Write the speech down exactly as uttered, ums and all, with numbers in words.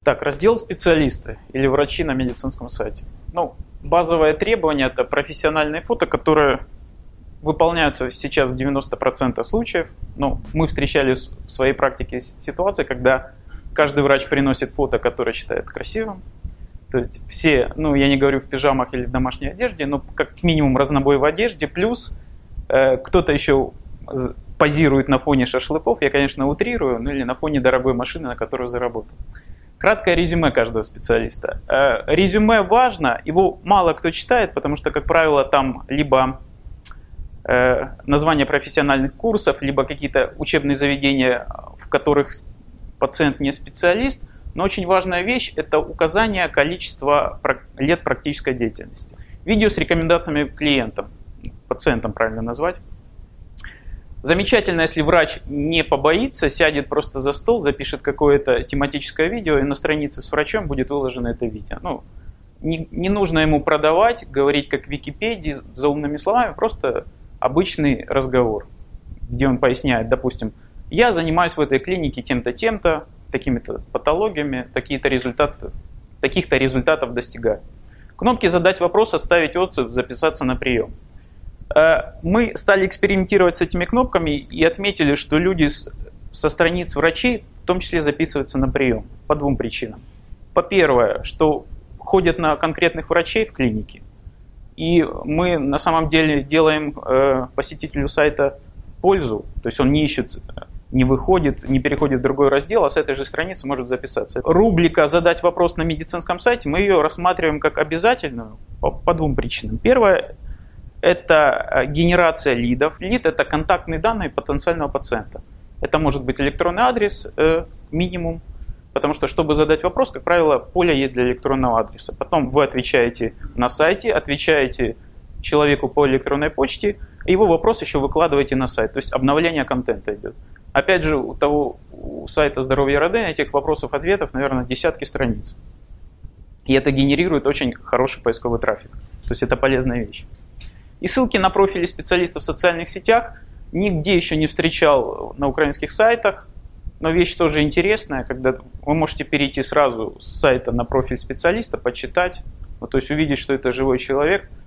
Так, раздел специалисты или врачи на медицинском сайте. Ну, базовое требование – это профессиональные фото, которые выполняются сейчас в девяноста процентах случаев. Ну, мы встречали в своей практике ситуации, когда каждый врач приносит фото, которое считает красивым. То есть все, ну я не говорю в пижамах или в домашней одежде, но как минимум разнобой в одежде, плюс э, кто-то еще позирует на фоне шашлыков, я, конечно, утрирую, ну или на фоне дорогой машины, на которую заработал. Краткое резюме каждого специалиста. Э, резюме важно, его мало кто читает, потому что, как правило, там либо э, название профессиональных курсов, либо какие-то учебные заведения, в которых пациент не специалист. Но очень важная вещь – это указание количества лет практической деятельности. Видео с рекомендациями клиентам, пациентам правильно назвать. Замечательно, если врач не побоится, сядет просто за стол, запишет какое-то тематическое видео, и на странице с врачом будет выложено это видео. Ну, не, не нужно ему продавать, говорить как в Википедии, заумными словами, просто обычный разговор, где он поясняет, допустим, я занимаюсь в этой клинике тем-то, тем-то, такими-то патологиями, такие-то результаты, таких-то результатов достигаю. Кнопки «Задать вопрос», «Оставить отзыв», «Записаться на прием». Мы стали экспериментировать с этими кнопками и отметили, что люди со страниц врачей в том числе записываются на прием по двум причинам. По-первых, что ходят на конкретных врачей в клинике, и мы на самом деле делаем посетителю сайта пользу, то есть он не ищет, не выходит, не переходит в другой раздел, а с этой же страницы может записаться. Рубрика «Задать вопрос на медицинском сайте», мы ее рассматриваем как обязательную по, по двум причинам. Первое – это генерация лидов. Лид – это контактные данные потенциального пациента. Это может быть электронный адрес, э, минимум, потому что, чтобы задать вопрос, как правило, поле есть для электронного адреса. Потом вы отвечаете на сайте, отвечаете человеку по электронной почте, и его вопрос еще выкладываете на сайт, то есть обновление контента идет. Опять же, у того у сайта «Здоровье Роден» этих вопросов-ответов, наверное, десятки страниц. И это генерирует очень хороший поисковый трафик. То есть это полезная вещь. И ссылки на профили специалистов в социальных сетях нигде еще не встречал на украинских сайтах. Но вещь тоже интересная, когда вы можете перейти сразу с сайта на профиль специалиста, почитать, ну, то есть увидеть, что это живой человек,